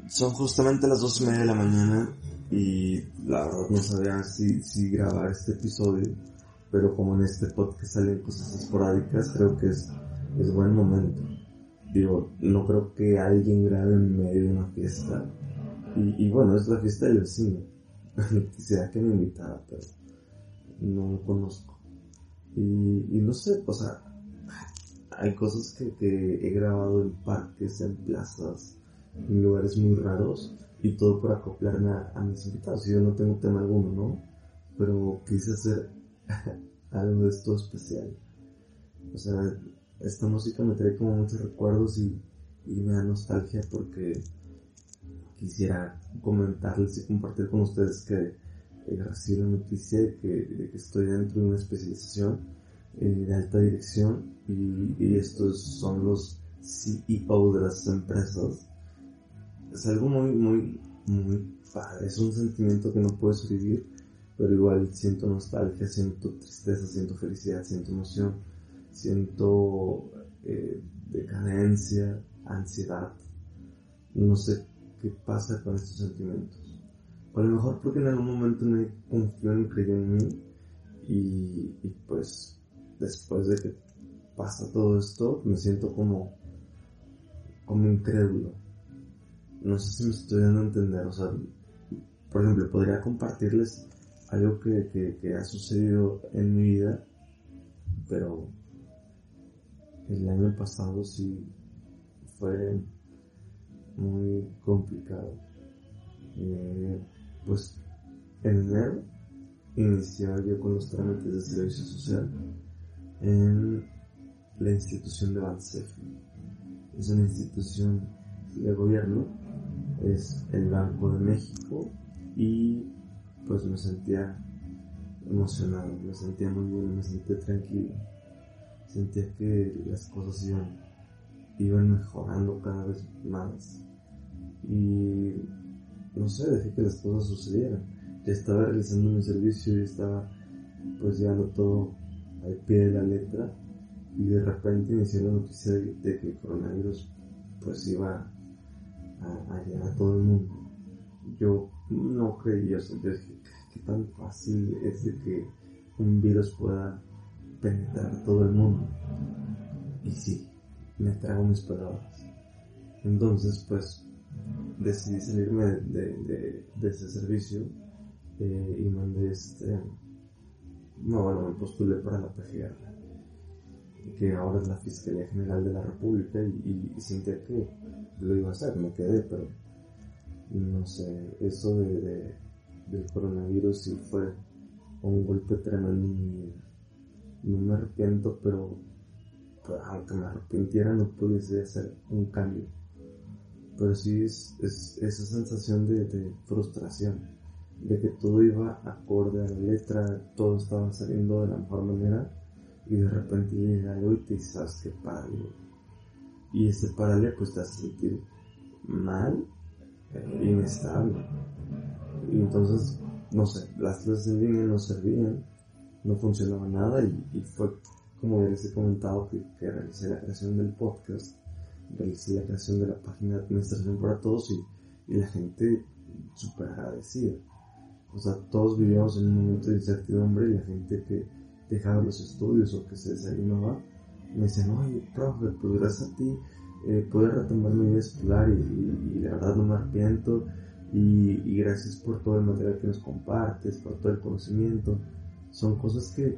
Son justamente las 2:30 de la mañana y la verdad no sabía si grabar este episodio, pero como en este podcast salen cosas esporádicas, creo que es buen momento. Digo, no creo que alguien grabe en medio de una fiesta y bueno, es la fiesta del vecino. Quisiera que me invitara, pero no lo conozco. Y no sé, o sea, hay cosas que he grabado en parques, en plazas, en lugares muy raros, y todo por acoplarme a mis invitados. Yo no tengo tema alguno, ¿no? Pero quise hacer algo de esto especial. O sea, esta música me trae como muchos recuerdos y me da nostalgia porque quisiera comentarles y compartir con ustedes que recibí la noticia de que estoy dentro de una especialización de alta dirección y estos son los CEO de las empresas. Es algo muy padre, es un sentimiento que no puedo escribir, pero igual siento nostalgia, siento tristeza, siento felicidad, siento emoción, siento decadencia, ansiedad, no sé qué pasa con estos sentimientos. O a lo mejor porque en algún momento me confió y creyó en mí y pues después de que pasa todo esto me siento como incrédulo. No sé si me estoy dando a entender. O sea, por ejemplo, podría compartirles algo que ha sucedido en mi vida, pero el año pasado sí fue muy complicado. Pues en enero iniciaba yo con los trámites de servicio social en la institución de Bansefi. Es una institución de gobierno, es el Banco de México, y pues me sentía emocionado, me sentía muy bien, me sentía tranquilo, sentía que las cosas iban mejorando cada vez más y no sé, dejé que las cosas sucedieran. Ya estaba realizando mi servicio, ya estaba pues llevando todo al pie de la letra y de repente inició la noticia de que el coronavirus pues iba a llegar a todo el mundo. Yo no creía, o sea, yo dije, ¿qué tan fácil es de que un virus pueda penetrar todo el mundo? Y sí, me trago mis palabras. Entonces pues decidí salirme de ese servicio y mandé me postulé para la PGR, que ahora es la Fiscalía General de la República, y sentía que lo iba a hacer, me quedé, pero no sé, eso del coronavirus sí fue un golpe tremendo en mi vida. No me arrepiento, pero aunque me arrepintiera no pudiese hacer un cambio. Pero sí es esa sensación de frustración, de que todo iba acorde a la letra, todo estaba saliendo de la mejor manera y de repente llega algo y te dices, ¿sabes qué? Párale. Y ese párale pues te hace sentir mal, inestable. Y entonces, no sé, las clases en línea no servían, no funcionaba nada y fue como ya les he comentado que realicé la creación del podcast, realicé la creación de la página de administración para todos y la gente súper agradecida. O sea, todos vivíamos en un momento de incertidumbre y la gente que dejaba los estudios o que se desanimaba me decían, oye, profe, pues gracias a ti pude retomar mi vida escolar y la verdad no me arrepiento y gracias por todo el material que nos compartes, por todo el conocimiento. Son cosas que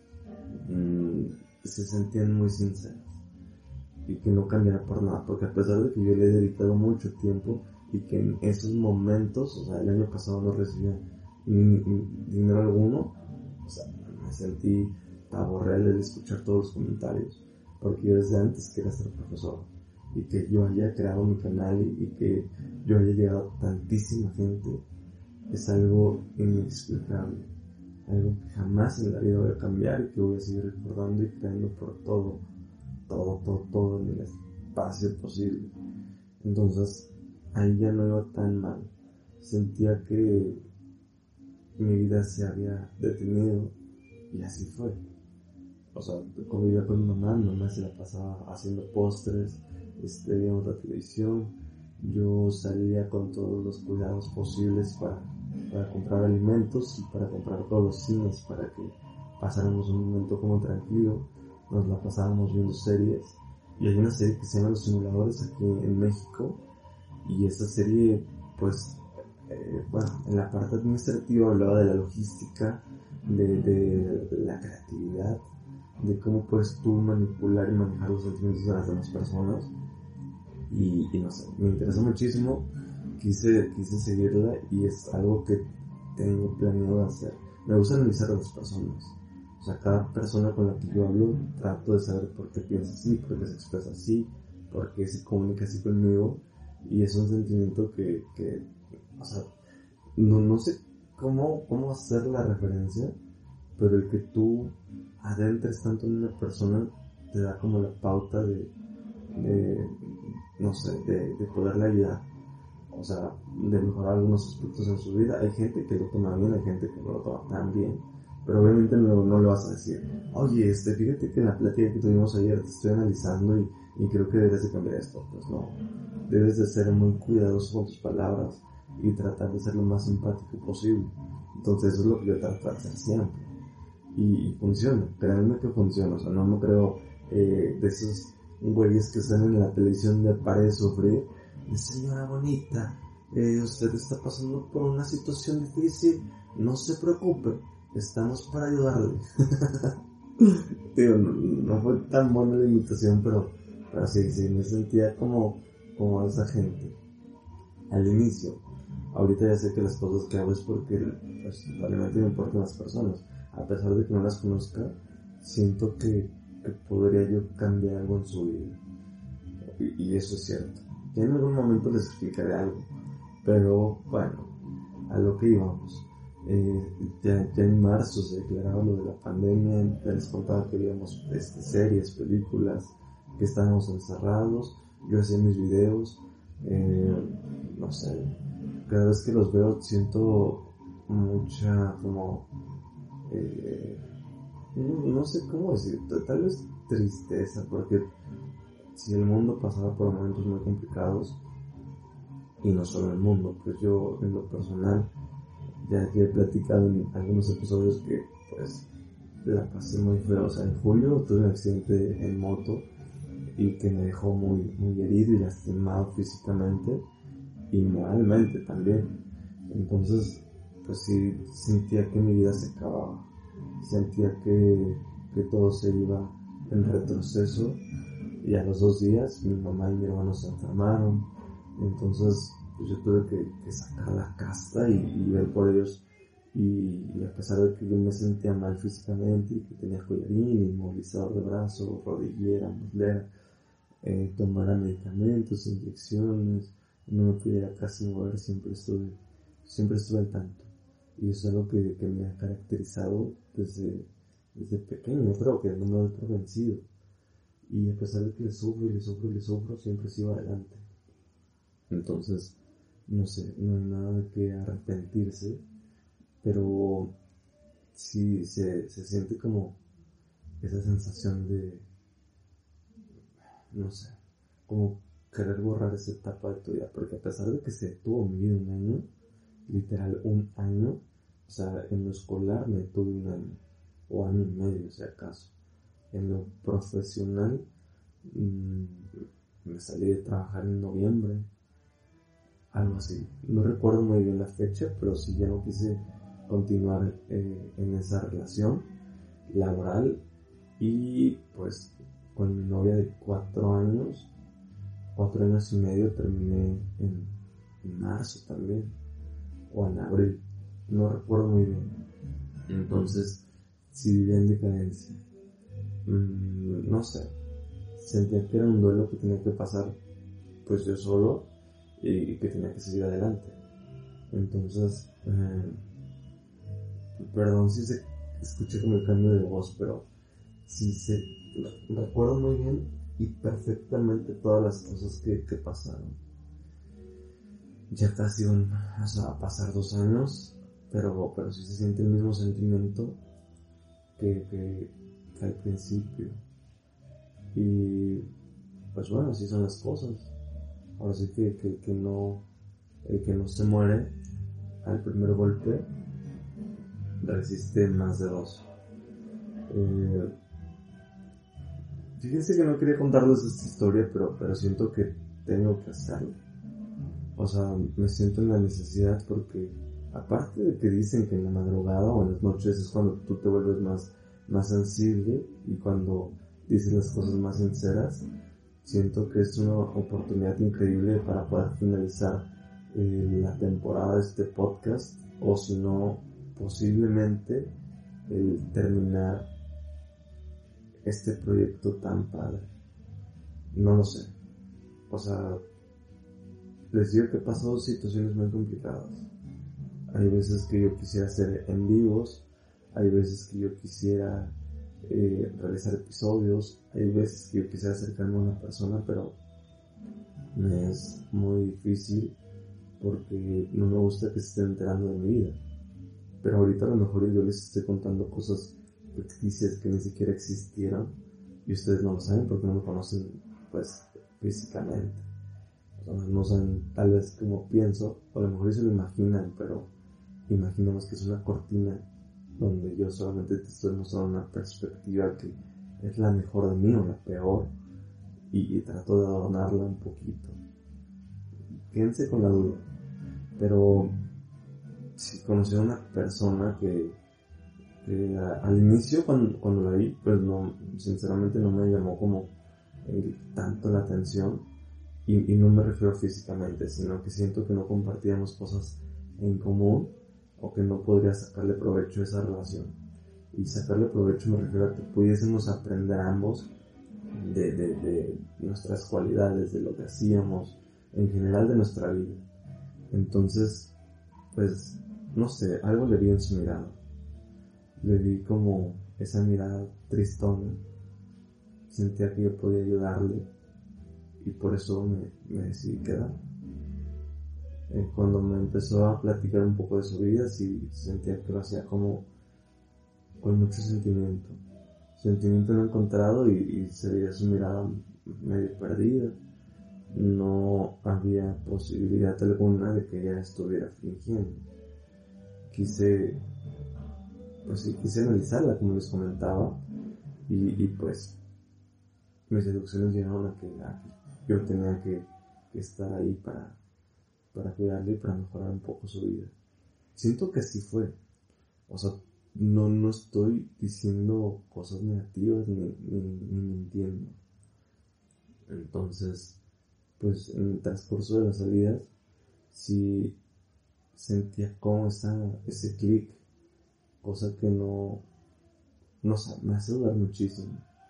se sentían muy sinceras y que no cambiará por nada, porque a pesar de que yo le he dedicado mucho tiempo y que en esos momentos, o sea, el año pasado no recibía ni dinero alguno, o sea, me sentí pavo real de escuchar todos los comentarios, porque yo desde antes quería ser profesor y que yo haya creado mi canal y que yo haya llegado a tantísima gente es algo inexplicable, algo que jamás en la vida voy a cambiar y que voy a seguir recordando y creando por todo en el espacio posible. Entonces ahí ya no iba tan mal, sentía que mi vida se había detenido y así fue. O sea, convivía con mi mamá se la pasaba haciendo postres, veíamos la televisión, yo salía con todos los cuidados posibles para comprar alimentos y para comprar todos los cines para que pasáramos un momento como tranquilo, nos la pasábamos viendo series. Y hay una serie que se llama Los Simuladores aquí en México, y esta serie, pues, bueno, en la parte administrativa hablaba de la logística, de la creatividad, de cómo puedes tú manipular y manejar los sentimientos de las demás personas. Y no sé, me interesó muchísimo, quise seguirla y es algo que tengo planeado hacer. Me gusta analizar a las personas. O sea, cada persona con la que yo hablo, trato de saber por qué piensa así, por qué se expresa así, por qué se comunica así conmigo. Y es un sentimiento que o sea, no sé cómo hacer la referencia, pero el que tú adentres tanto en una persona te da como la pauta de no sé, de poderle ayudar. O sea, de mejorar algunos aspectos en su vida. Hay gente que lo toma bien, hay gente que no lo toma tan bien. Pero obviamente no le vas a decir, oye, fíjate que en la plática que tuvimos ayer te estoy analizando y creo que debes de cambiar esto. Pues no, debes de ser muy cuidadoso con tus palabras y tratar de ser lo más empático posible. Entonces eso es lo que yo trato de hacer siempre. Y funciona, créanme que funciona. O sea, no me creo de esos güeyes que están en la televisión de pare de sufrir. De señora bonita, usted está pasando por una situación difícil, no se preocupe, estamos para ayudarle. Tío, no fue tan buena la invitación, pero sí, me sentía como esa gente al inicio. Ahorita ya sé que las cosas que hago es porque pues, realmente me importan las personas. A pesar de que no las conozca, siento que podría yo cambiar algo en su vida. Y eso es cierto. Ya en algún momento les explicaré algo. Pero bueno, a lo que íbamos. Ya en marzo se declaraba lo de la pandemia. Ya les contaba que veíamos series, películas, que estábamos encerrados. Yo hacía mis videos. No sé, cada vez que los veo siento mucha como no sé cómo decir, tal vez tristeza, porque si el mundo pasaba por momentos muy complicados, y no solo el mundo, pues yo en lo personal ya he platicado en algunos episodios que pues la pasé muy feo. O sea, en julio tuve un accidente en moto y que me dejó muy herido y lastimado físicamente y moralmente también. Entonces pues sí sentía que mi vida se acababa, sentía que todo se iba en retroceso. Y a los 2 días mi mamá y mi hermano se enfermaron. Entonces pues yo tuve que sacar la casta y ver por ellos. Y a pesar de que yo me sentía mal físicamente y que tenía collarín, inmovilizador de brazo, rodillera, muslera, tomara medicamentos, inyecciones, no me pudiera casi mover, siempre estuve al tanto. Y eso es algo que me ha caracterizado desde pequeño. Yo creo que no me doy por vencido. Y a pesar de que le sufro, siempre sigo adelante. Entonces, no sé, no hay nada de que arrepentirse, pero sí se siente como esa sensación de, no sé, como querer borrar esa etapa de tu vida, porque a pesar de que se detuvo mi vida un año, literal un año, o sea, en lo escolar me detuve un año, o año y medio si acaso. En lo profesional, me salí de trabajar en noviembre, algo así. No recuerdo muy bien la fecha, pero sí ya no quise continuar en esa relación laboral. Y pues con mi novia de 4 años y medio, terminé en marzo también, o en abril, no recuerdo muy bien. Entonces sí vivía en decadencia. No sé, sentía que era un duelo que tenía que pasar pues yo solo y que tenía que seguir adelante. Entonces perdón si se escuché como el cambio de voz, pero sí recuerdo muy bien y perfectamente todas las cosas que pasaron. Ya casi o sea, a pasar 2 años, pero sí se siente el mismo sentimiento que al principio. Y pues bueno, así son las cosas. ahora sí que no, el que no se muere al primer golpe resiste más de 2. Fíjense que no quería contarles esta historia, pero siento que tengo que hacerlo. O sea, me siento en la necesidad porque, aparte de que dicen que en la madrugada o en las noches es cuando tú te vuelves más sensible y cuando dices las cosas más sinceras, siento que es una oportunidad increíble para poder finalizar la temporada de este podcast, o si no, posiblemente el terminar este proyecto tan padre. No lo sé. O sea, les digo que he pasado situaciones muy complicadas. Hay veces que yo quisiera hacer en vivos, hay veces que yo quisiera realizar episodios, hay veces que yo quisiera acercarme a una persona, pero me es muy difícil porque no me gusta que se estén enterando de mi vida. Pero ahorita a lo mejor yo les estoy contando cosas ficticias que ni siquiera existieron y ustedes no lo saben porque no me conocen pues físicamente. O sea, no saben tal vez cómo pienso, o a lo mejor se lo imaginan, pero imaginemos que es una cortina donde yo solamente te estoy mostrando una perspectiva que es la mejor de mí o la peor, y trato de adornarla un poquito. Quédense con la duda. Pero si conocí a una persona que al inicio cuando la vi, pues no, sinceramente no me llamó como tanto la atención, y no me refiero físicamente, sino que siento que no compartíamos cosas en común o que no podría sacarle provecho a esa relación. Y sacarle provecho me refiero a que pudiésemos aprender ambos de nuestras cualidades, de lo que hacíamos, en general de nuestra vida. Entonces, pues, no sé, algo le vi en su mirada. Le vi como esa mirada tristona. Sentía que yo podía ayudarle y por eso me decidí quedar. Cuando me empezó a platicar un poco de su vida, sí sentía que lo hacía como con mucho sentimiento no encontrado, y se veía su mirada medio perdida. No había posibilidad alguna de que ella estuviera fingiendo. Quise analizarla, como les comentaba, y pues mis deducciones llegaron a que yo tenía que estar ahí para cuidarle y para mejorar un poco su vida. Siento que así fue. O sea, no estoy diciendo cosas negativas ni mintiendo. Entonces, pues en el transcurso de las salidas sí sentía como ese clic, cosa que no sé, me hace dudar muchísimo.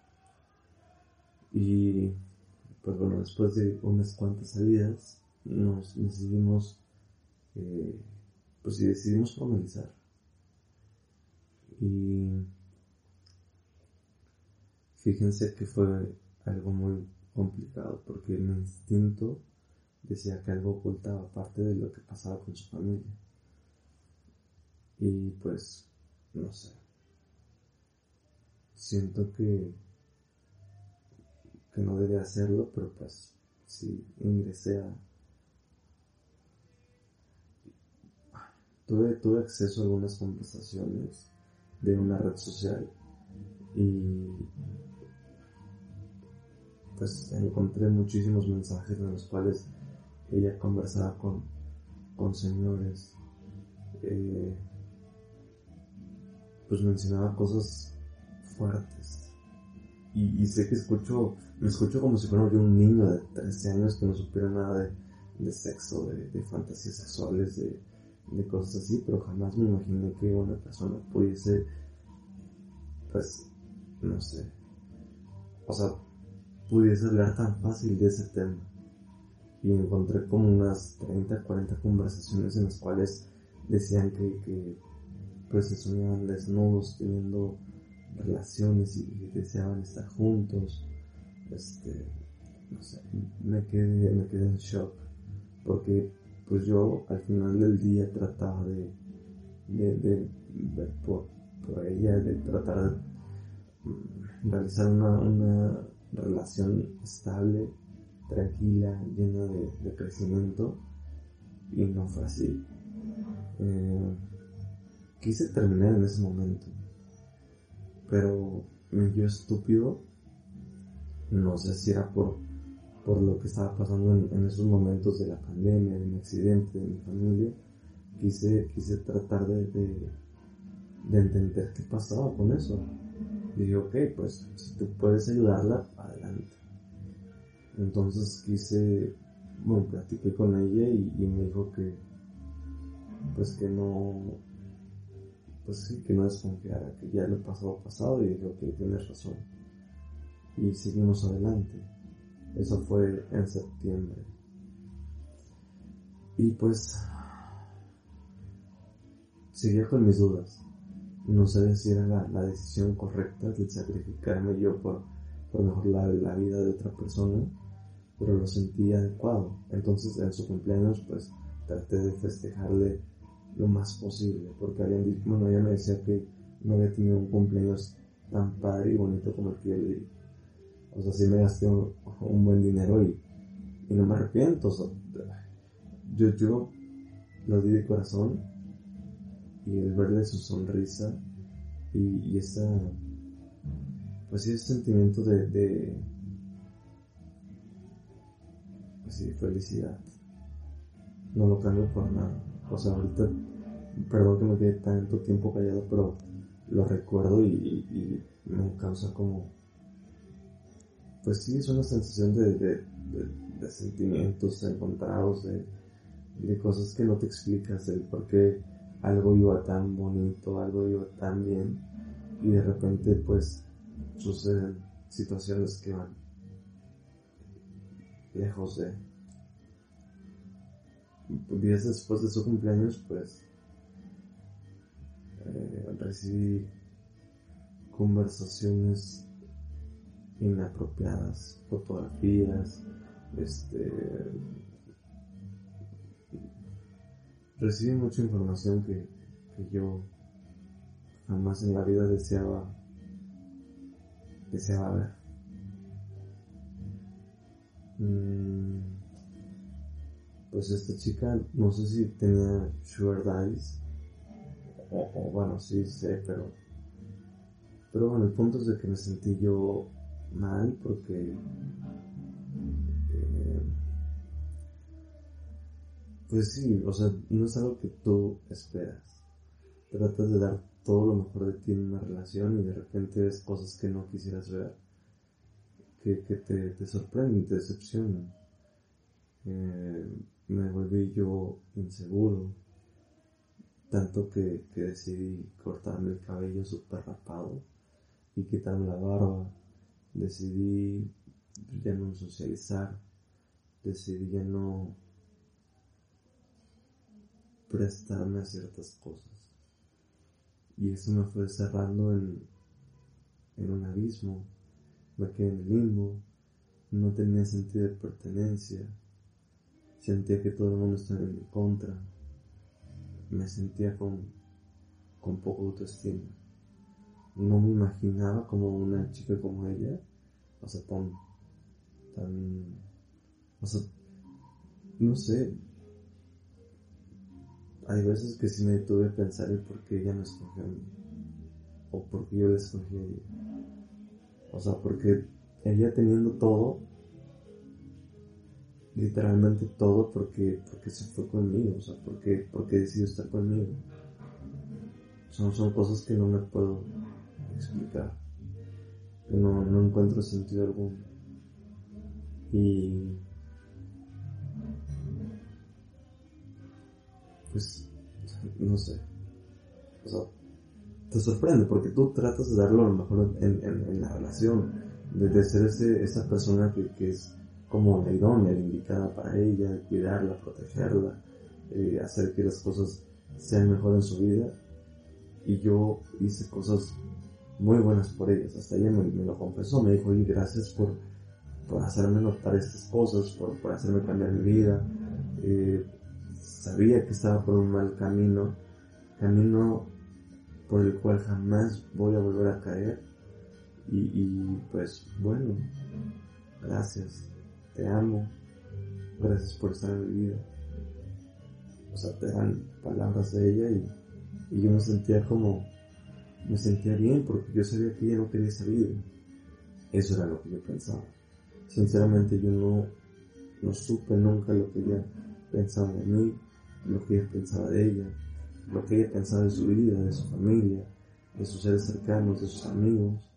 Y pues bueno, después de unas cuantas salidas nos decidimos formalizar. Y fíjense que fue algo muy complicado porque mi instinto decía que algo ocultaba parte de lo que pasaba con su familia. Y pues, no sé, siento que no debía hacerlo, pero pues sí ingresé tuve acceso a algunas conversaciones de una red social, y pues encontré muchísimos mensajes en los cuales ella conversaba con señores, pues mencionaba cosas fuertes, y sé que me escucho como si fuera yo un niño de 13 años que no supiera nada de sexo, de fantasías sexuales, de cosas así, pero jamás me imaginé que una persona pudiese, pues, no sé, o sea, pudiese hablar tan fácil de ese tema. Y encontré como unas 30, 40 conversaciones en las cuales decían que pues se soñaban desnudos teniendo relaciones y deseaban estar juntos. No sé, me quedé en shock, porque pues yo al final del día trataba de ver por ella, de tratar de realizar una relación estable, tranquila, llena de crecimiento, y no fue así. Quise terminar en ese momento, pero yo estúpido, no sé si era por lo que estaba pasando en esos momentos de la pandemia, de mi accidente, de mi familia. Quise tratar de entender qué pasaba con eso. Y dije, ok, pues si tú puedes ayudarla, adelante. Entonces platiqué con ella y me dijo que no desconfiara, que ya lo pasado, y dije, ok, tienes razón. Y seguimos adelante. Eso fue en septiembre. Y pues seguía con mis dudas. No sabía si era la decisión correcta de sacrificarme yo por mejorar la vida de otra persona, pero lo sentí adecuado. Entonces en su cumpleaños pues traté de festejarle lo más posible, porque ella me decía que no había tenido un cumpleaños tan padre y bonito como el que yo le di. O sea, sí me gasté un buen dinero y no me arrepiento. O sea, yo lo di de corazón, y el verle su sonrisa y ese sentimiento de felicidad, no lo cambio por nada. O sea, ahorita, perdón que me quede tanto tiempo callado, pero lo recuerdo y me causa como, pues sí, es una sensación de sentimientos encontrados, de cosas que no te explicas, del por qué algo iba tan bonito, algo iba tan bien, y de repente pues suceden situaciones que van lejos de. Días después de su cumpleaños pues recibí conversaciones inapropiadas, fotografías, recibí mucha información que yo jamás en la vida deseaba ver. Pues esta chica, no sé si tenía sugar daddies, o bueno, sí sé, pero bueno, el punto es de que me sentí yo mal, porque pues sí, o sea, no es algo que tú esperas. Tratas de dar todo lo mejor de ti en una relación y de repente ves cosas que no quisieras ver, que te sorprenden, te decepcionan. Me volví yo inseguro, tanto que decidí cortarme el cabello súper rapado y quitarme la barba. Decidí ya no socializar, decidí ya no prestarme a ciertas cosas, y eso me fue cerrando en un abismo. Me quedé en el limbo, no tenía sentido de pertenencia, sentía que todo el mundo estaba en mi contra, me sentía con poca autoestima. No me imaginaba como una chica como ella, o sea, o sea, no sé. Hay veces que sí me detuve a pensar el por qué ella me escogió a mí, o por qué yo la escogí a ella. O sea, porque ella teniendo todo, literalmente todo, porque se fue conmigo, o sea, porque decidió estar conmigo. Son cosas que no me puedo explicar, que no encuentro sentido alguno. Y pues, no sé, o sea, te sorprende porque tú tratas de darlo a lo mejor en la relación, de ser esa persona que es como la idónea, la indicada para ella, cuidarla, protegerla, hacer que las cosas sean mejor en su vida. Y yo hice cosas muy buenas por ellas, hasta ella me lo confesó, me dijo, oye, gracias por hacerme notar estas cosas, por hacerme cambiar mi vida. Sabía que estaba por un mal camino por el cual jamás voy a volver a caer, y pues bueno, gracias. te amo, gracias por estar en mi vida. O sea, eran palabras de ella y yo me sentía bien porque yo sabía que ella no quería esa vida. Eso era lo que yo pensaba. Sinceramente yo no supe nunca lo que ella pensaba de mí, lo que ella pensaba de ella, lo que ella pensaba de su vida, de su familia, de sus seres cercanos, de sus amigos.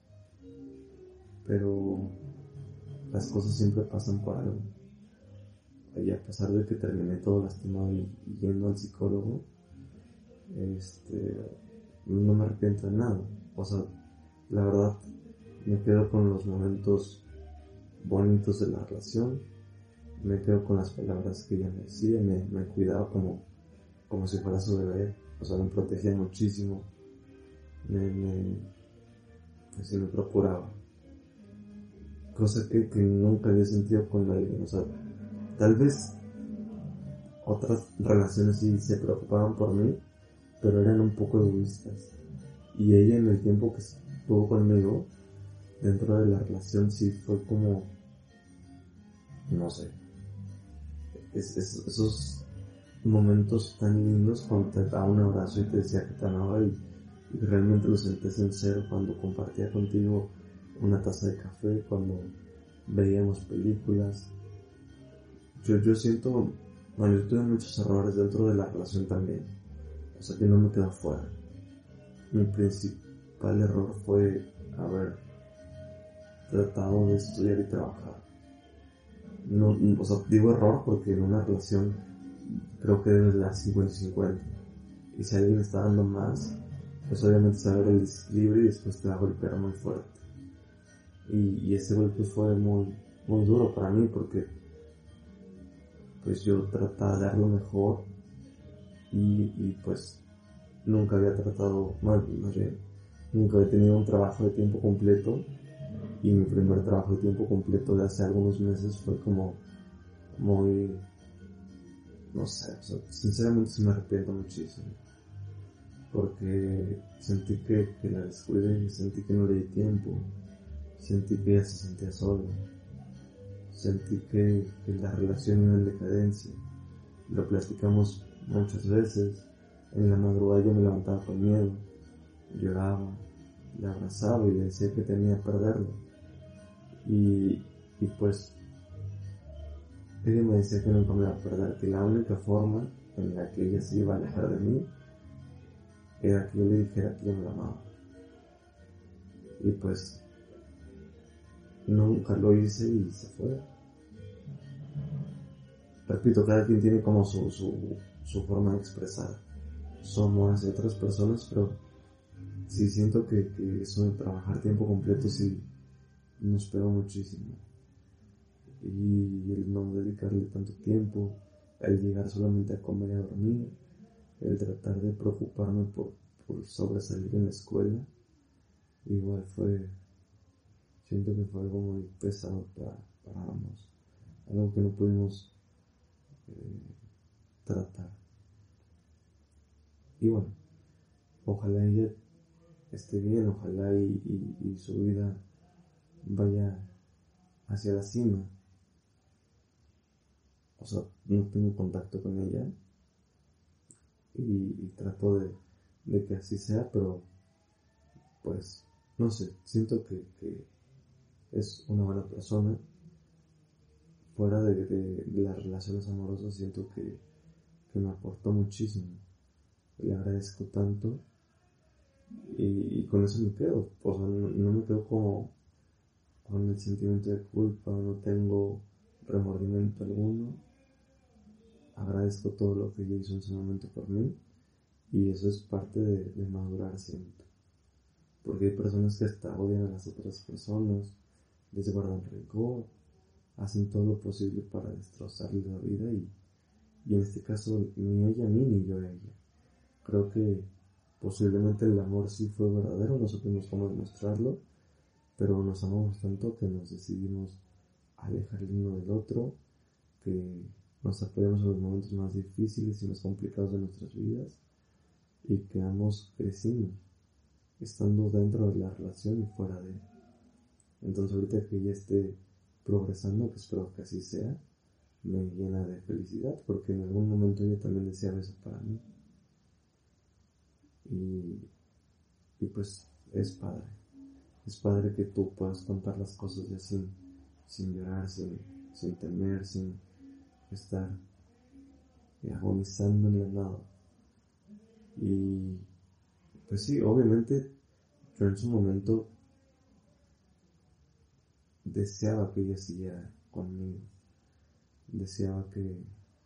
Pero las cosas siempre pasan por algo. Y a pesar de que terminé todo lastimado y yendo al psicólogo, no me arrepiento de nada. O sea, la verdad, me quedo con los momentos bonitos de la relación, me quedo con las palabras que ella me decía, me cuidaba como si fuera su bebé, o sea, me protegía muchísimo, pues sí, me procuraba, cosa que nunca había sentido con alguien. O sea, tal vez otras relaciones sí se preocupaban por mí, pero eran un poco egoístas, y ella en el tiempo que estuvo conmigo, dentro de la relación sí fue como, no sé, esos momentos tan lindos cuando te daba un abrazo y te decía que te amaba y realmente lo sentí sincero cuando compartía contigo una taza de café, cuando veíamos películas. Yo siento, bueno, yo tuve muchos errores dentro de la relación también, o sea que no me quedo fuera. Mi principal error fue haber tratado de estudiar y trabajar. No, o sea, digo error porque en una relación creo que debes dar 50-50. Y si alguien está dando más, pues obviamente se va a ver el desequilibrio y después te va a golpear muy fuerte. Y ese golpe fue muy, muy duro para mí porque pues yo trataba de dar lo mejor y pues nunca había tratado, bueno, más bien, nunca había tenido un trabajo de tiempo completo. Y mi primer trabajo de tiempo completo de hace algunos meses fue como muy, no sé, o sea, sinceramente sí me arrepiento muchísimo. Porque sentí que la descuidé, sentí que no le di tiempo, sentí que ella se sentía sola, sentí que la relación iba en decadencia. Lo platicamos muchas veces, en la madrugada yo me levantaba con miedo, lloraba, le abrazaba y le decía que tenía que perderlo. Y pues ella me decía que nunca me iba a perder, que la única forma en la que ella se iba a alejar de mí era que yo le dijera que yo me la amaba. Y pues nunca lo hice y se fue. Repito, cada quien tiene como su forma de expresar su amor hacia otras personas, pero sí siento que eso de trabajar tiempo completo sí nos pegó muchísimo. Y el no dedicarle tanto tiempo, el llegar solamente a comer y a dormir, el tratar de preocuparme por sobresalir en la escuela, igual siento que fue algo muy pesado para ambos, algo que no pudimos tratar. Y bueno, ojalá ella esté bien, ojalá y su vida vaya hacia la cima. O sea, no tengo contacto con ella y trato de que así sea, pero pues no sé, siento que es una buena persona. Fuera de las relaciones amorosas siento que me aportó muchísimo, le agradezco tanto y con eso me quedo. O sea, no me quedo con el sentimiento de culpa, no tengo remordimiento alguno. Agradezco todo lo que ella hizo en ese momento por mí y eso es parte de madurar, siento. Porque hay personas que hasta odian a las otras personas, les guardan rencor, hacen todo lo posible para destrozarle la vida y en este caso ni ella a mí ni yo a ella. Creo que posiblemente el amor sí fue verdadero, no supimos cómo demostrarlo, pero nos amamos tanto que nos decidimos alejar el uno del otro, que nos apoyamos en los momentos más difíciles y más complicados de nuestras vidas y que ambos crecimos estando dentro de la relación y fuera de él. Entonces ahorita que ella esté progresando, que espero que así sea, me llena de felicidad, porque en algún momento ella también deseaba eso para mí. Y pues es padre. Es padre que tú puedas contar las cosas ya sin llorar, sin temer, sin estar agonizando en la nada. Y pues sí, obviamente yo en su momento deseaba que ella siguiera conmigo. Deseaba que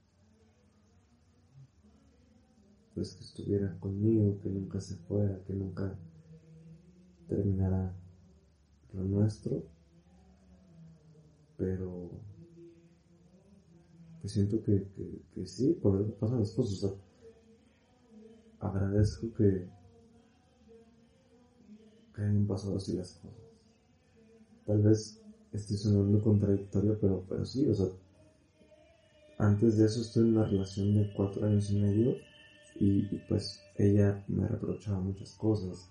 pues que estuviera conmigo, que nunca se fuera, que nunca terminara lo nuestro, pero pues siento que sí, por eso pasan las cosas. O sea, agradezco que hayan pasado así las cosas. Tal vez estoy sonando contradictorio, pero sí, o sea, antes de eso estoy en una relación de 4 años y medio y pues ella me reprochaba muchas cosas.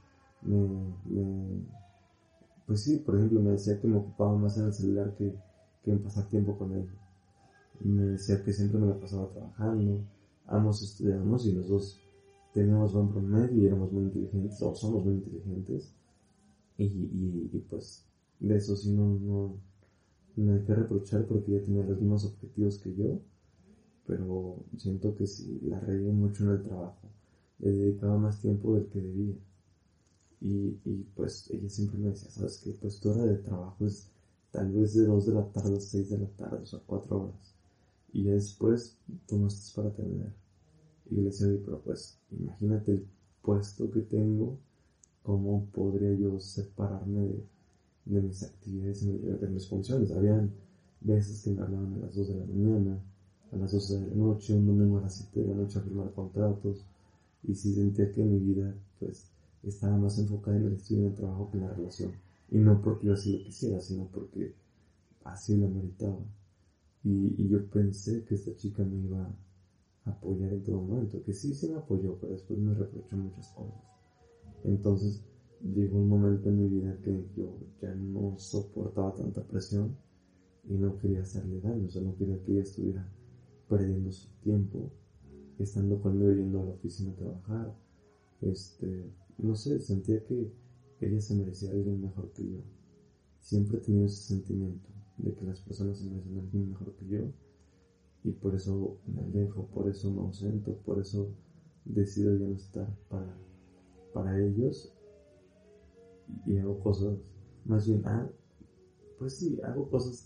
Pues sí, por ejemplo, me decía que me ocupaba más en el celular que en pasar tiempo con ella. Me decía que siempre me la pasaba trabajando, ambos estudiamos y los dos teníamos buen promedio y éramos muy inteligentes, o somos muy inteligentes, y pues de eso sí no hay que reprochar porque ella tenía los mismos objetivos que yo, pero siento que sí la regué mucho en el trabajo, le dedicaba más tiempo del que debía. Y pues ella siempre me decía, ¿sabes qué? Pues tu hora de trabajo es tal vez de 2 de la tarde a 6 de la tarde, o sea, 4 horas. Y ya después tú no estás para terminar. Y yo le decía, oye, pero pues imagínate el puesto que tengo, cómo podría yo separarme de mis actividades, de mis funciones. Habían veces que me hablaban a las 2 de la mañana, a las 12 de la noche, un domingo a las 7 de la noche a firmar contratos. Y sí sentía que mi vida pues estaba más enfocada en el estudio y en el trabajo que en la relación. Y no porque yo así lo quisiera, sino porque así lo meritaba. Y yo pensé que esta chica me iba a apoyar en todo momento, que sí me apoyó, pero después me reprochó muchas cosas. Entonces llegó un momento en mi vida que yo ya no soportaba tanta presión y no quería hacerle daño, o sea, no quería que ella estuviera perdiendo su tiempo, estando conmigo yendo a la oficina a trabajar. No sé, sentía que ella se merecía a alguien mejor que yo. Siempre he tenido ese sentimiento de que las personas se merecen a alguien mejor que yo, y por eso me alejo, por eso me ausento, por eso decido ya no estar para ellos, y hago cosas, más bien, pues sí, hago cosas,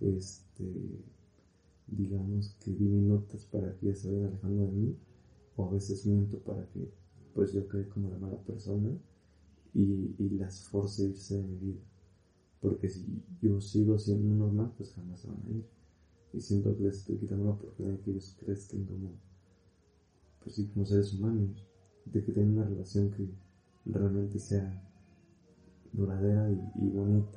digamos que diminutas para que ellas se vayan alejando de mí, o a veces miento para que pues yo quede como la mala persona y las force a irse de mi vida, porque si yo sigo siendo normal, pues jamás se van a ir. Y siento que les estoy quitando la oportunidad de que ellos crezcan como, pues sí, como seres humanos, de que tengan una relación que realmente sea duradera y bonita.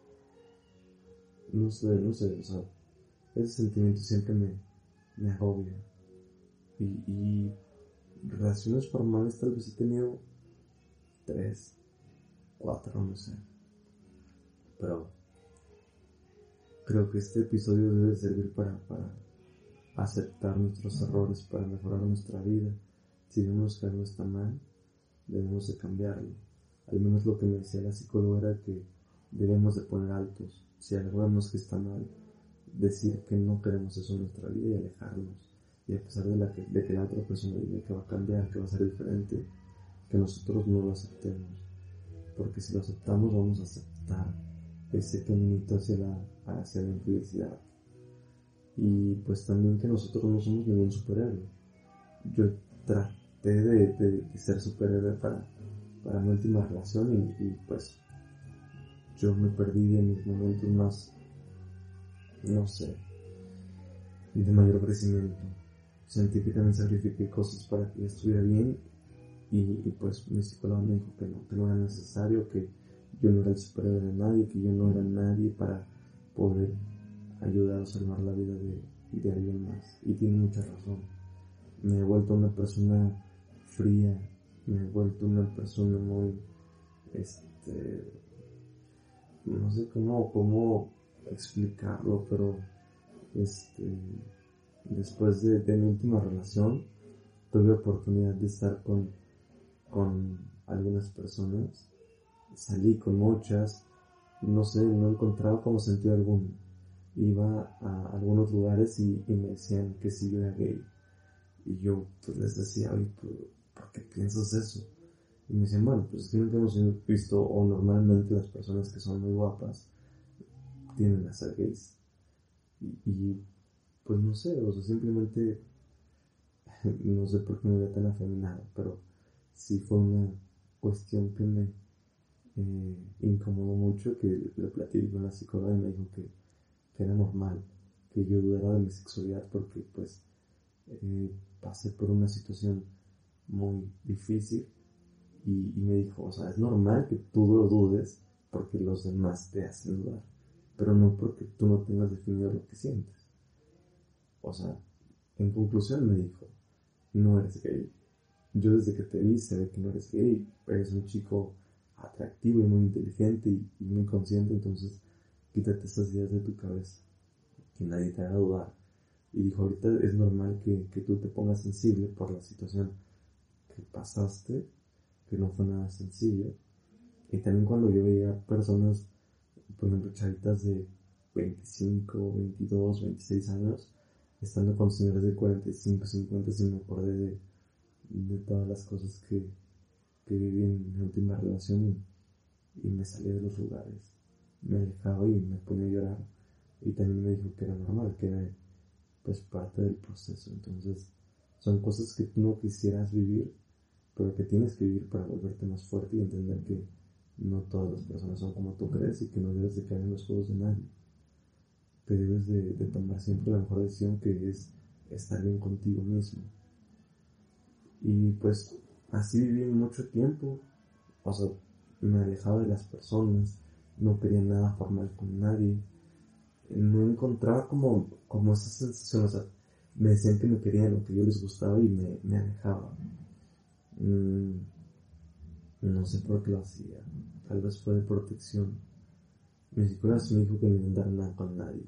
No sé, o sea, ese sentimiento siempre me agobia. Y relaciones formales tal vez he tenido 3, 4, no sé. Pero creo que este episodio debe servir para aceptar nuestros errores, para mejorar nuestra vida. Si vemos que algo está mal, debemos de cambiarlo. Al menos lo que me decía la psicóloga era que debemos de poner altos. Si algo vemos que está mal, decir que no queremos eso en nuestra vida y alejarnos. Y a pesar de que la otra persona diga que va a cambiar, que va a ser diferente, que nosotros no lo aceptemos. Porque si lo aceptamos, vamos a aceptar ese caminito hacia la infelicidad. Y pues también que nosotros no somos ningún superhéroe. Yo traté de ser superhéroe para mi última relación y pues yo me perdí en mis momentos más, no sé, de mayor crecimiento. Sentí que también sacrifiqué cosas para que ella estuviera bien y pues mi psicóloga me dijo que no era necesario, que yo no era el superhéroe de nadie, que yo no era nadie para poder ayudar a salvar la vida de alguien más. Y tiene mucha razón. Me he vuelto una persona fría, me he vuelto una persona muy, no sé cómo explicarlo, pero después de mi última relación tuve oportunidad de estar con algunas personas, salí con muchas, no sé, no encontraba como sentido alguno. Iba a algunos lugares y me decían que si yo era gay, y yo pues les decía, oye, ¿por qué piensas eso? Y me decían, bueno, pues es que nunca hemos visto, o normalmente las personas que son muy guapas tienden a ser gays. Y pues no sé, o sea, simplemente no sé por qué me veo tan afeminado, pero sí fue una cuestión que me incomodó mucho, que lo platiqué con la psicóloga y me dijo que era normal que yo dudara de mi sexualidad porque pues pasé por una situación muy difícil y me dijo, o sea, es normal que tú lo dudes porque los demás te hacen dudar, pero no porque tú no tengas definido lo que sientes. O sea, en conclusión me dijo, no eres gay. Yo desde que te vi se ve que no eres gay, eres un chico atractivo y muy inteligente y muy consciente, entonces quítate esas ideas de tu cabeza, que nadie te haga dudar. Y dijo, ahorita es normal que tú te pongas sensible por la situación que pasaste, que no fue nada sencillo. Y también cuando yo veía personas, por ejemplo, chavitas de 25, 22, 26 años, estando con señores de 45, 50, sí me acordé de todas las cosas que viví en mi última relación y me salí de los lugares. Me alejaba y me ponía a llorar. Y también me dijo que era normal, que era pues parte del proceso. Entonces son cosas que tú no quisieras vivir, pero que tienes que vivir para volverte más fuerte y entender que no todas las personas son como tú crees y que no debes de caer en los juegos de nadie. Que debes de tomar siempre la mejor decisión, que es estar bien contigo mismo. Y pues así viví mucho tiempo. O sea, me alejaba de las personas, no quería nada formal con nadie, no encontraba como esa sensación. O sea, me decían que me querían o que yo les gustaba y me alejaba. No sé por qué lo hacía, tal vez fue de protección. Mi psicóloga me dijo que no intentara nada con nadie.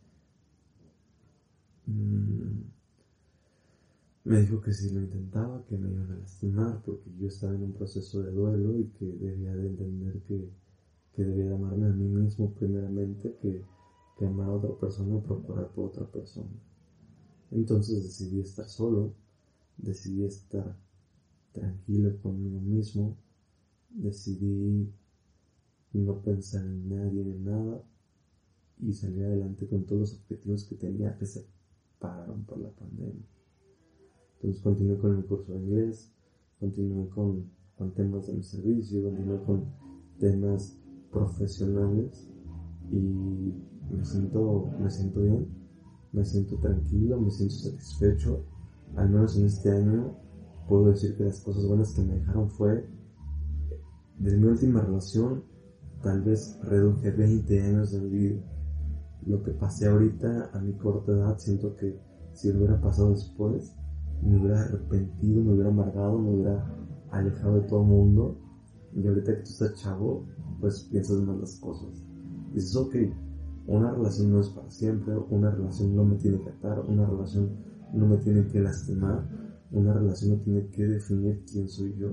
Me dijo que si lo intentaba, que me iban a lastimar, porque yo estaba en un proceso de duelo y que debía de entender que debía de amarme a mí mismo primeramente, que amar a otra persona o procurar por otra persona. Entonces decidí estar solo, decidí estar tranquilo conmigo mismo, decidí no pensar en nadie ni en nada y salir adelante con todos los objetivos que tenía que se pararon por la pandemia. Entonces continué con el curso de inglés, continué con temas de mi servicio, continué con temas profesionales y me siento bien, me siento tranquilo, me siento satisfecho. Al menos en este año puedo decir que las cosas buenas que me dejaron fue, desde mi última relación, tal vez reduje 20 años de mi vida. Lo que pasé ahorita a mi corta edad, siento que si lo hubiera pasado después, me hubiera arrepentido, me hubiera amargado, me hubiera alejado de todo el mundo. Y ahorita que tú estás chavo, pues piensas más las cosas. Dices, ok, una relación no es para siempre, una relación no me tiene que atar, una relación no me tiene que lastimar, una relación no tiene que definir quién soy yo.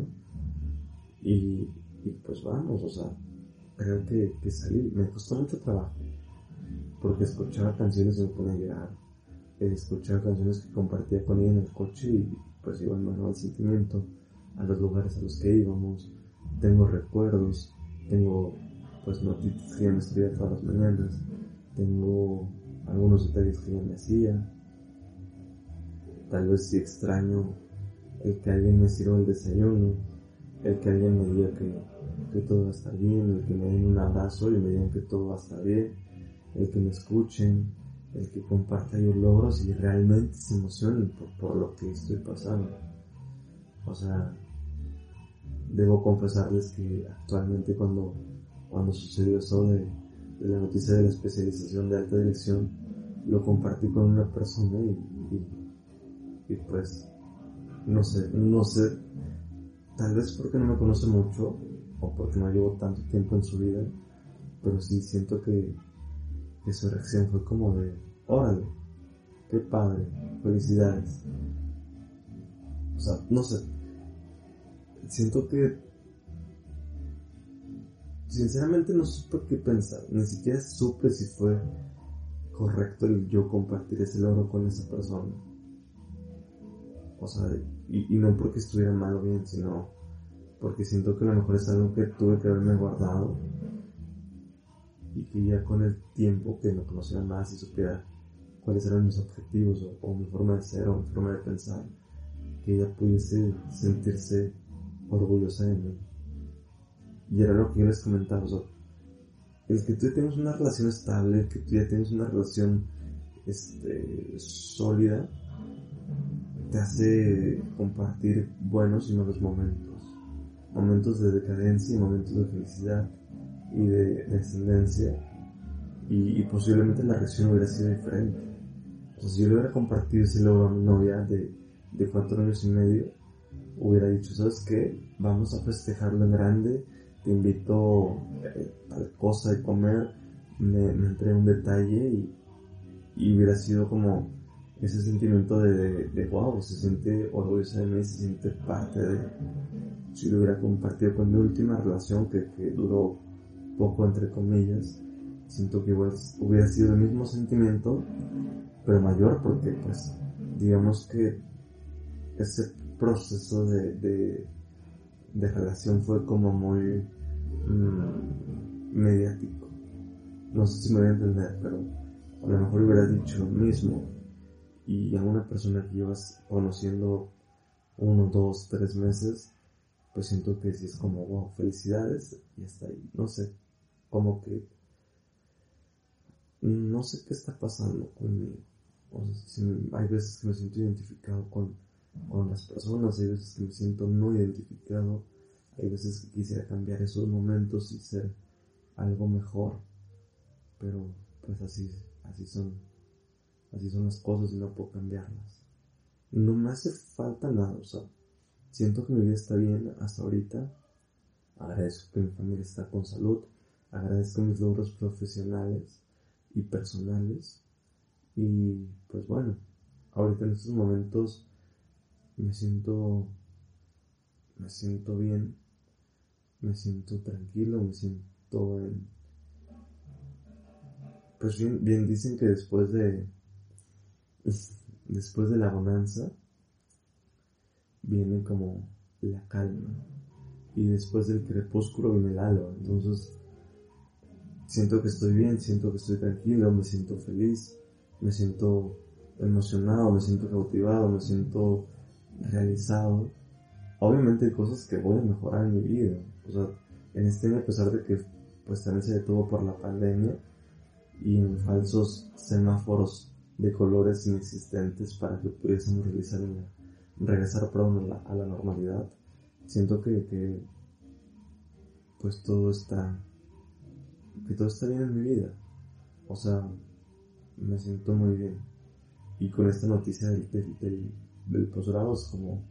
Y pues vamos, o sea, creo que salí. Me costó mucho trabajo, porque escuchaba canciones y me ponía a llorar. Escuchaba canciones que compartía con ella en el coche y pues iba al sentimiento, a los lugares a los que íbamos. Tengo recuerdos, tengo pues notitas que ella me escribía todas las mañanas, tengo algunos detalles que ella me hacía. Tal vez sí extraño el que alguien me sirva el desayuno, el que alguien me diga que todo va a estar bien, el que me den un abrazo y me digan que todo va a estar bien, el que me escuchen, el que comparta yo logros y realmente se emocionen por lo que estoy pasando. O sea, debo confesarles que actualmente cuando sucedió eso de la noticia de la especialización de alta dirección, lo compartí con una persona y pues no sé, tal vez porque no me conoce mucho o porque no llevo tanto tiempo en su vida, pero sí siento que que su reacción fue como de, órale, qué padre, felicidades. O sea, no sé, siento que sinceramente no supe qué pensar, ni siquiera supe si fue correcto el yo compartir ese logro con esa persona. O sea, y no porque estuviera mal o bien, sino porque siento que a lo mejor es algo que tuve que haberme guardado y que ya con el tiempo que me conociera más y supiera cuáles eran mis objetivos o mi forma de ser o mi forma de pensar, que ella pudiese sentirse orgullosa de mí. Y era lo que yo les comentaba, o sea, el que tú ya tienes una relación estable, el que tú ya tienes una relación sólida, te hace compartir buenos y malos momentos de decadencia y momentos de felicidad y de descendencia, y posiblemente la reacción hubiera sido diferente. O sea, si yo le hubiera compartido ese logro a mi novia de 4 años y medio, hubiera dicho, ¿sabes qué? Vamos a festejarlo en grande, te invito tal cosa de comer, me entré un detalle y hubiera sido como ese sentimiento de wow, se siente orgullosa de mí, se siente parte de... Si lo hubiera compartido con mi última relación que duró poco entre comillas, siento que hubiera sido el mismo sentimiento, pero mayor, porque pues digamos que ese proceso de relación fue como muy mediático. No sé si me voy a entender, pero a lo mejor hubiera dicho lo mismo y a una persona que llevas conociendo 1, 2, 3 meses, pues siento que sí es como wow, felicidades y hasta ahí. No sé, como que no sé qué está pasando conmigo. O sea, hay veces que me siento identificado con las personas, hay veces que me siento no identificado, hay veces que quisiera cambiar esos momentos y ser algo mejor, pero pues así son las cosas y no puedo cambiarlas. No me hace falta nada, o sea, siento que mi vida está bien hasta ahorita, agradezco que mi familia está con salud, agradezco mis logros profesionales y personales, y pues bueno, ahorita en estos momentos me siento bien, me siento tranquilo, me siento pues bien dicen que después de la bonanza viene como la calma y después del crepúsculo viene el alba. Entonces siento que estoy bien, siento que estoy tranquilo, me siento feliz, me siento emocionado, me siento cautivado, me siento realizado. Obviamente hay cosas que voy a mejorar en mi vida. O sea, en este año, a pesar de que pues también se detuvo por la pandemia y en falsos semáforos de colores inexistentes para que pudiésemos regresar a la normalidad, siento que pues todo está bien en mi vida. O sea, me siento muy bien. Y con esta noticia del posgrado es como...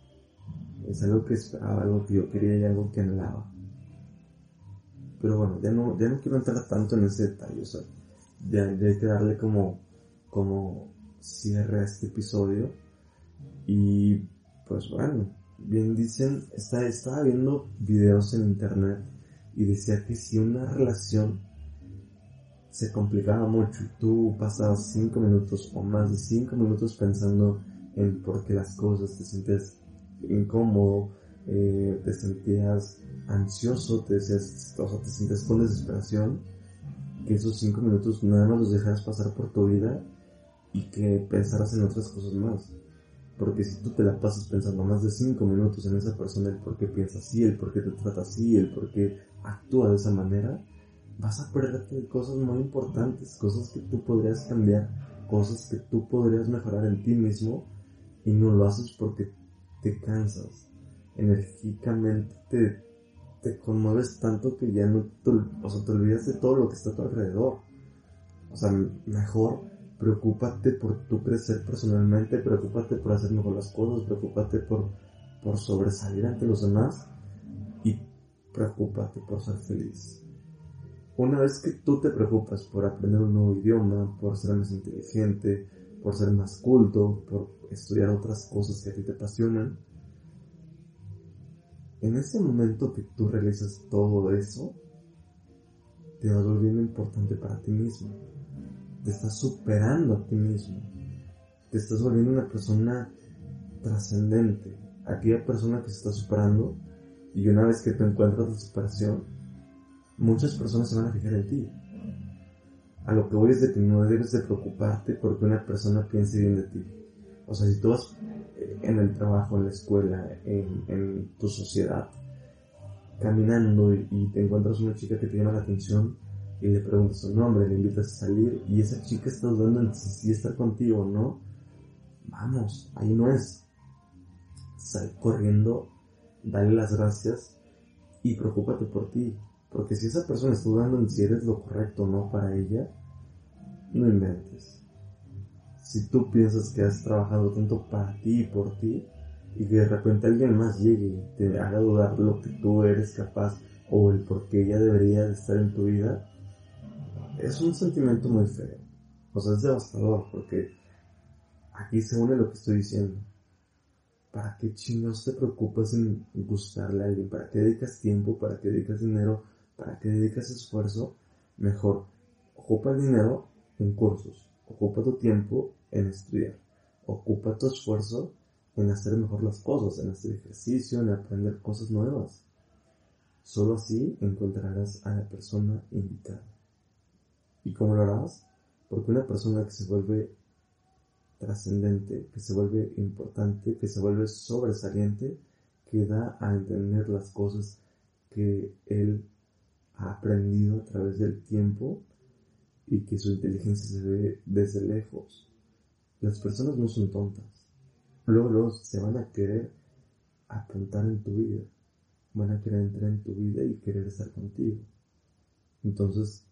es algo que esperaba, algo que yo quería y algo que anhelaba. Pero bueno, ya no quiero entrar tanto en ese detalle. O sea, ya hay que darle como cierre a este episodio. Y pues bueno, bien dicen, estaba viendo videos en internet y decía que si una relación se complicaba mucho y tú pasabas 5 minutos o más de 5 minutos pensando en por qué las cosas, te sientes incómodo, te sentías ansioso, te sentías con desesperación, que esos 5 minutos nada más los dejaras pasar por tu vida y que pensaras en otras cosas más. Porque si tú te la pasas pensando más de 5 minutos en esa persona, el por qué piensa así, el por qué te trata así, el por qué actúa de esa manera, vas a perderte de cosas muy importantes, cosas que tú podrías cambiar, cosas que tú podrías mejorar en ti mismo, y no lo haces porque te cansas, enérgicamente te conmueves tanto que ya no te olvidas de todo lo que está a tu alrededor. O sea, mejor preocúpate por tú crecer personalmente, preocúpate por hacer mejor las cosas, preocúpate por sobresalir ante los demás y preocúpate por ser feliz. una vez que tú te preocupas por aprender un nuevo idioma, por ser más inteligente, por ser más culto, por estudiar otras cosas que a ti te apasionan, en ese momento que tú realizas todo eso, te vas volviendo importante para ti mismo. Te estás superando a ti mismo. Te estás volviendo una persona trascendente. Aquella persona que se está superando, y una vez que tú encuentras la superación, muchas personas se van a fijar en ti. A lo que voy es de que no debes de preocuparte porque una persona piense bien de ti. O sea, si tú vas en el trabajo, en la escuela, en tu sociedad, caminando y te encuentras una chica que te llama la atención y le preguntas su nombre, le invitas a salir y esa chica está dudando en si estar contigo o no, vamos, ahí no es. Sal corriendo, dale las gracias y preocúpate por ti. Porque si esa persona está dudando en si eres lo correcto o no para ella, no inventes. Si tú piensas que has trabajado tanto para ti y por ti, y que de repente alguien más llegue y te haga dudar lo que tú eres capaz o el por qué ella debería de estar en tu vida, es un sentimiento muy feo. O sea, es devastador porque aquí se une lo que estoy diciendo. ¿Para qué chingados te preocupas en gustarle a alguien? ¿Para qué dedicas tiempo? ¿Para qué dedicas dinero? ¿Para qué dedicas esfuerzo? Mejor, ocupa el dinero en cursos. Ocupa tu tiempo en estudiar. Ocupa tu esfuerzo en hacer mejor las cosas, en hacer ejercicio, en aprender cosas nuevas. Solo así encontrarás a la persona indicada. ¿Y cómo lo harás? Porque una persona que se vuelve trascendente, que se vuelve importante, que se vuelve sobresaliente, que da a entender las cosas que él ha aprendido a través del tiempo y que su inteligencia se ve desde lejos. Las personas no son tontas. Luego se van a querer apuntar en tu vida, van a querer entrar en tu vida y querer estar contigo. Entonces,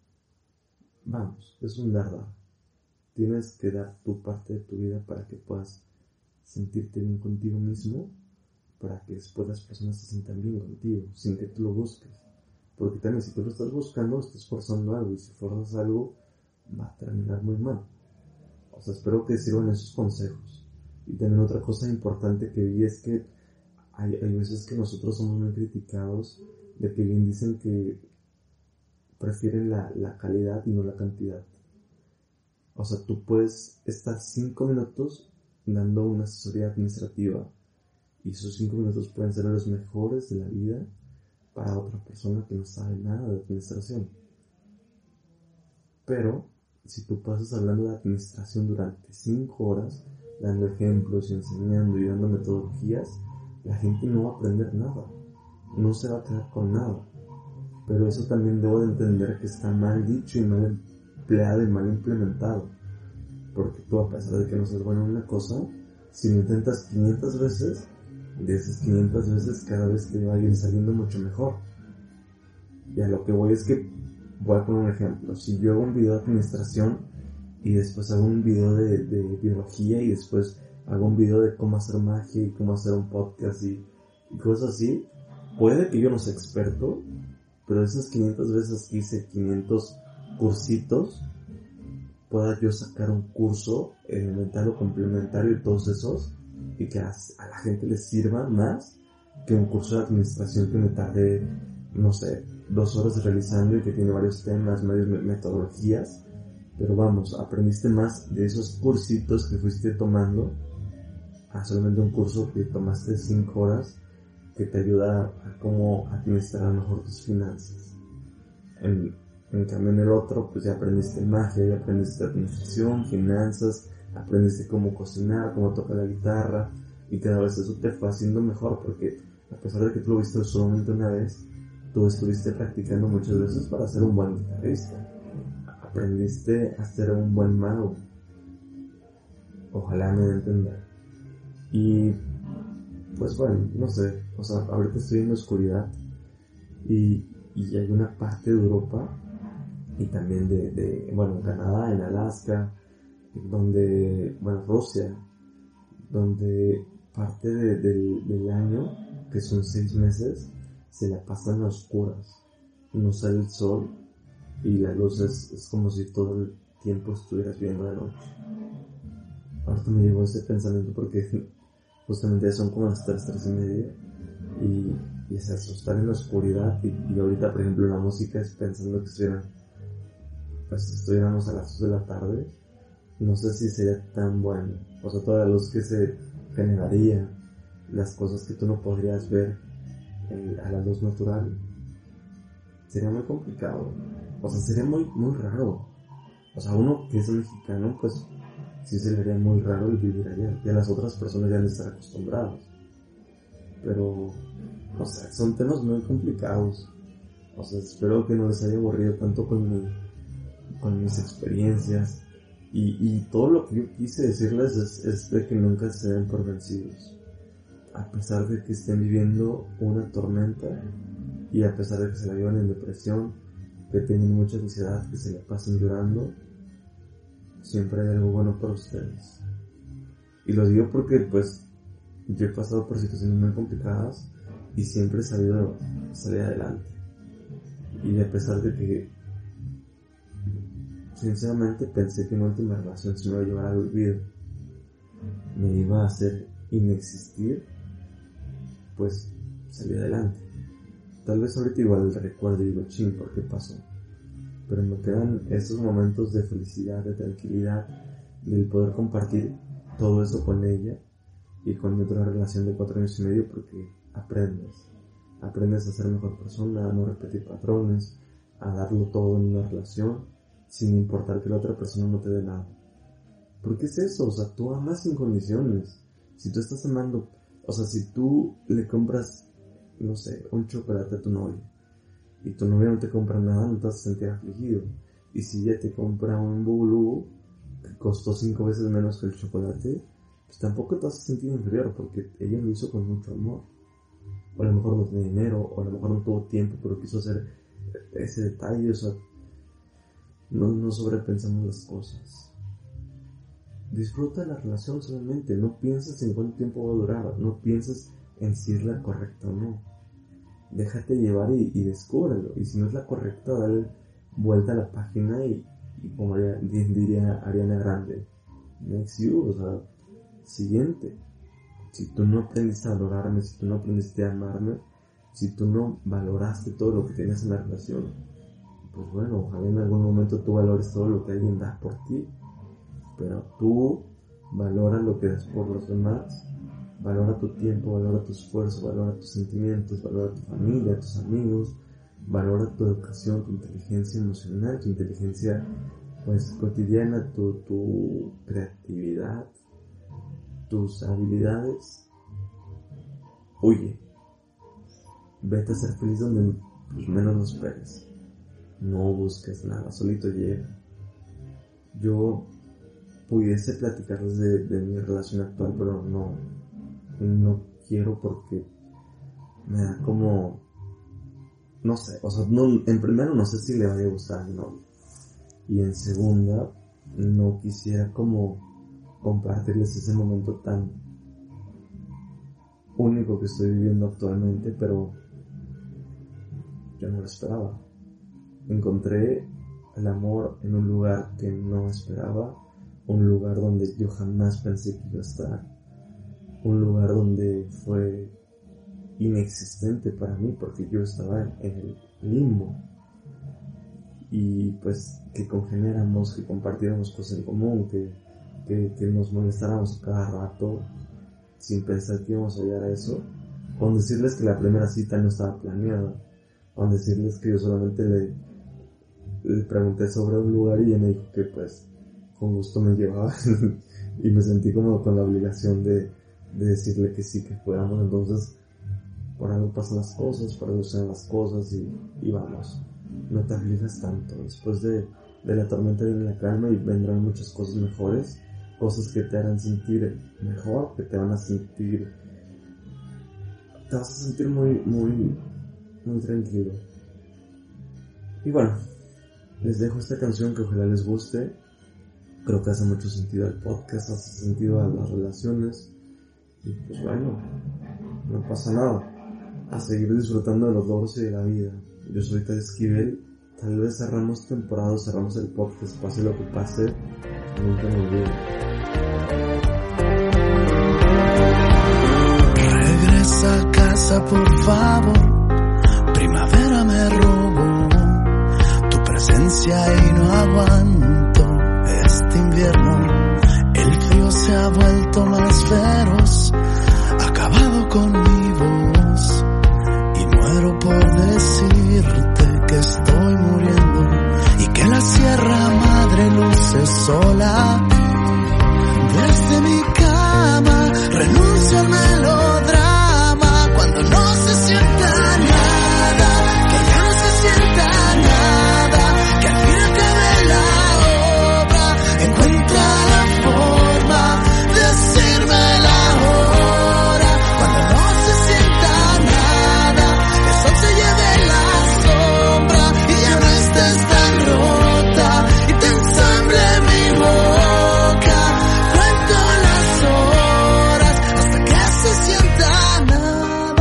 vamos, es un dar. Tienes que dar tu parte de tu vida para que puedas sentirte bien contigo mismo, para que después las personas se sientan bien contigo, sin que tú lo busques. Porque también si tú lo estás buscando, estás forzando algo, y si forzas algo, va a terminar muy mal. O sea, espero que sirvan esos consejos. Y también otra cosa importante que vi es que hay veces que nosotros somos muy criticados de que bien dicen que prefieren la calidad y no la cantidad. O sea, tú puedes estar 5 minutos dando una asesoría administrativa y esos 5 minutos pueden ser los mejores de la vida para otra persona que no sabe nada de administración. Pero si tú pasas hablando de administración durante 5 horas, dando ejemplos y enseñando y dando metodologías, la gente no va a aprender nada, no se va a quedar con nada. Pero eso también debo de entender que está mal dicho y mal empleado y mal implementado. Porque tú, a pesar de que no seas bueno en una cosa, si lo intentas 500 veces, de esas 500 veces cada vez te va a ir saliendo mucho mejor. Y a lo que voy es que, voy a poner un ejemplo, si yo hago un video de administración y después hago un video de biología y después hago un video de cómo hacer magia y cómo hacer un podcast y cosas así, puede que yo no sea experto, pero esas 500 veces que hice 500 cursitos, pueda yo sacar un curso elemental o complementario de todos esos y que a la gente les sirva más que un curso de administración que me tarde, no sé, 2 horas realizando y que tiene varios temas, varias metodologías. Pero vamos, aprendiste más de esos cursitos que fuiste tomando a solamente un curso que tomaste 5 horas que te ayuda a cómo administrar mejor tus finanzas. En cambio en el otro, pues ya aprendiste magia, ya aprendiste administración, finanzas, aprendiste cómo cocinar, cómo tocar la guitarra, y cada vez eso te fue haciendo mejor, porque a pesar de que tú lo viste solamente una vez, tú estuviste practicando muchas veces para ser un buen guitarrista. Aprendiste a ser un buen mago. Ojalá me dé a entender. Y pues bueno, no sé, o sea, ahorita estoy en la oscuridad y hay una parte de Europa y también bueno, en Canadá, en Alaska, donde, bueno, Rusia, donde parte del año, que son 6 meses, se la pasan a oscuras, no sale el sol y la luz es como si todo el tiempo estuvieras viendo de noche. Ahorita me llegó ese pensamiento porque justamente ya son como las 3:30 y es eso, estar en la oscuridad y ahorita por ejemplo la música es pensando que estuviéramos a las 2 de la tarde, no sé si sería tan bueno, o sea, toda la luz que se generaría, las cosas que tú no podrías ver a la luz natural, sería muy complicado, o sea, sería muy, muy raro. O sea, uno que es mexicano, pues sí se le haría muy raro el vivir allá, y a las otras personas ya han de estar acostumbrados. Pero, o sea, son temas muy complicados. O sea, espero que no les haya aburrido tanto con mis experiencias. Y todo lo que yo quise decirles es de que nunca se den por vencidos. A pesar de que estén viviendo una tormenta, y a pesar de que se la vivan en depresión, que tengan mucha ansiedad, que se la pasen llorando, siempre hay algo bueno para ustedes. Y lo digo porque pues yo he pasado por situaciones muy complicadas y siempre he sabido salir adelante. Y a pesar de que sinceramente pensé que mi última relación se me iba a llevar al olvido, me iba a hacer inexistir, pues salí adelante. Tal vez ahorita igual recuerdo y digo, ching, ¿por qué pasó? Pero me quedan esos momentos de felicidad, de tranquilidad, del poder compartir todo eso con ella y con mi otra relación de 4 años y medio, porque aprendes a ser mejor persona, a no repetir patrones, a darlo todo en una relación sin importar que la otra persona no te dé nada. ¿Por qué es eso? O sea, tú amas sin condiciones. Si tú estás amando, o sea, si tú le compras, no sé, un chocolate a tu novia y tu novia no te compra nada, no te vas a sentir afligido. Y si ella te compra un bubulú que costó 5 veces menos que el chocolate, pues tampoco te vas a sentir inferior, porque ella lo hizo con mucho amor. O a lo mejor no tiene dinero, o a lo mejor no tuvo tiempo, pero quiso hacer ese detalle. O sea, no sobrepensamos las cosas. Disfruta la relación solamente, no pienses en cuánto tiempo va a durar, no pienses en si es la correcta o no. Déjate llevar y descúbrelo. Y si no es la correcta, dale vuelta a la página y como diría Ariana Grande, next you, o sea, siguiente. Si tú no aprendiste a valorarme, si tú no aprendiste a amarme, si tú no valoraste todo lo que tenías en la relación, pues bueno, ojalá en algún momento tú valores todo lo que alguien da por ti, pero tú valora lo que das por los demás. Valora tu tiempo, valora tu esfuerzo, valora tus sentimientos, valora tu familia, tus amigos, valora tu educación, tu inteligencia emocional, tu inteligencia pues cotidiana, tu creatividad, tus habilidades. Huye, vete a ser feliz donde pues, menos lo esperes. No busques nada, solito llega. Yo pudiese platicarles de mi relación actual, pero no quiero porque me da como, no sé, o sea, en primero no sé si le vaya a gustar a mi novio, y en segunda no quisiera como compartirles ese momento tan único que estoy viviendo actualmente, pero yo no lo esperaba. Encontré el amor en un lugar que no esperaba, un lugar donde yo jamás pensé que iba a estar, un lugar donde fue inexistente para mí porque yo estaba en el limbo, y pues que congeniáramos, que compartiéramos cosas en común, que nos molestáramos cada rato sin pensar que íbamos a llegar a eso, con decirles que la primera cita no estaba planeada, con decirles que yo solamente le pregunté sobre un lugar y ella me dijo que pues con gusto me llevaba y me sentí como con la obligación de decirle que sí, que fuéramos. Entonces por algo pasan las cosas, por algo sean las cosas y vamos, no te aflijas tanto. Después de la tormenta viene la calma y vendrán muchas cosas mejores, cosas que te harán sentir mejor, que te vas a sentir muy, muy, muy tranquilo. Y bueno, les dejo esta canción que ojalá les guste. Creo que hace mucho sentido al podcast, hace sentido a las relaciones. Y pues bueno, no pasa nada. A seguir disfrutando de los logros y de la vida. Yo soy Ted Esquivel tal vez cerramos temporada, cerramos el podcast, pase lo que pase, nunca me olvido. Regresa a casa, por favor, primavera me robó tu presencia y no aguanto este invierno. El frío se ha vuelto más feroz, ha acabado con mi voz y muero por decirte que estoy muriendo y que la Sierra Madre luce sola. Desde mi cama renuncio al melodrama cuando no se sienta nada, que ya no se sienta nada, que al fin acabe la obra, encuentra la forma de decirme la hora cuando no se sienta nada, que el sol se lleve la sombra y ya no estés tan rota y te ensamble mi boca. Cuento las horas hasta que se sienta nada.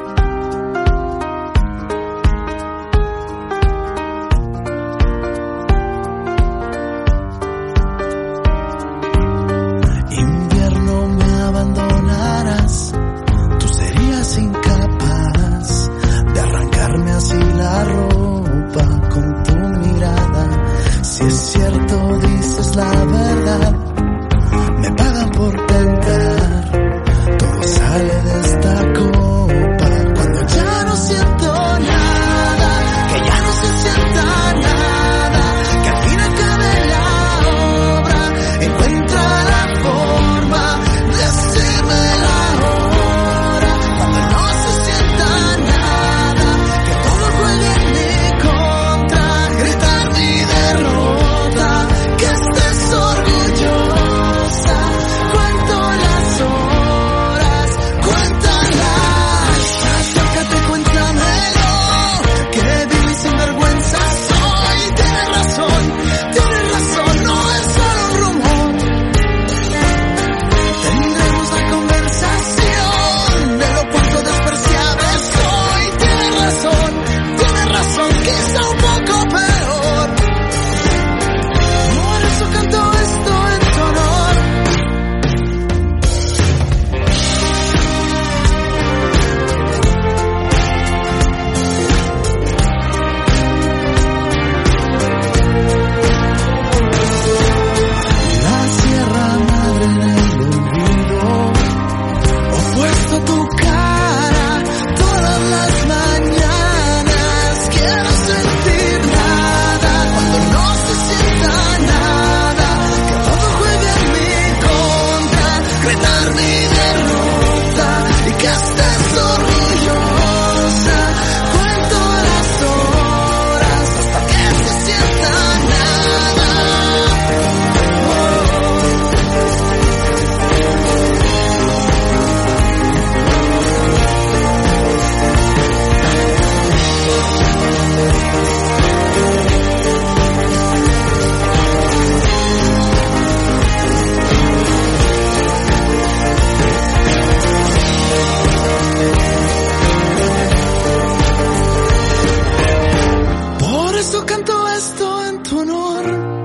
Invierno, me abandonarás, tú serías incapaz de arrancarme así la ropa con tu mirada. Si es cierto, dices la verdad, me pagan por cantar, todo sale de esta copa cuando ya no siento nada, que ya no se sienta nada, que al fin acabe la obra, encuentra la forma de decirme la hora cuando no se sienta nada, que todo juegue en mi contra, gritar mi derrota, que estés orgullosa. Cuento las horas, cuéntalas, acércate, cuéntamelo, que viví sin vergüenza soy. Tienes razón, no es solo un rumor. Tendremos la conversación de lo cuánto despreciable soy. Tienes razón, quizá un poco peor. Por eso canto esto en tu honor. La Sierra Madre en el olvido, opuesto a tu cara todas las mañanas. Quiero sentir nada cuando no se sienta nada, que todo juegue en mi contra, gritar mi derrota y que estés orgullosa. Cuento las horas hasta que se sienta nada. Por eso canto esto en tu honor.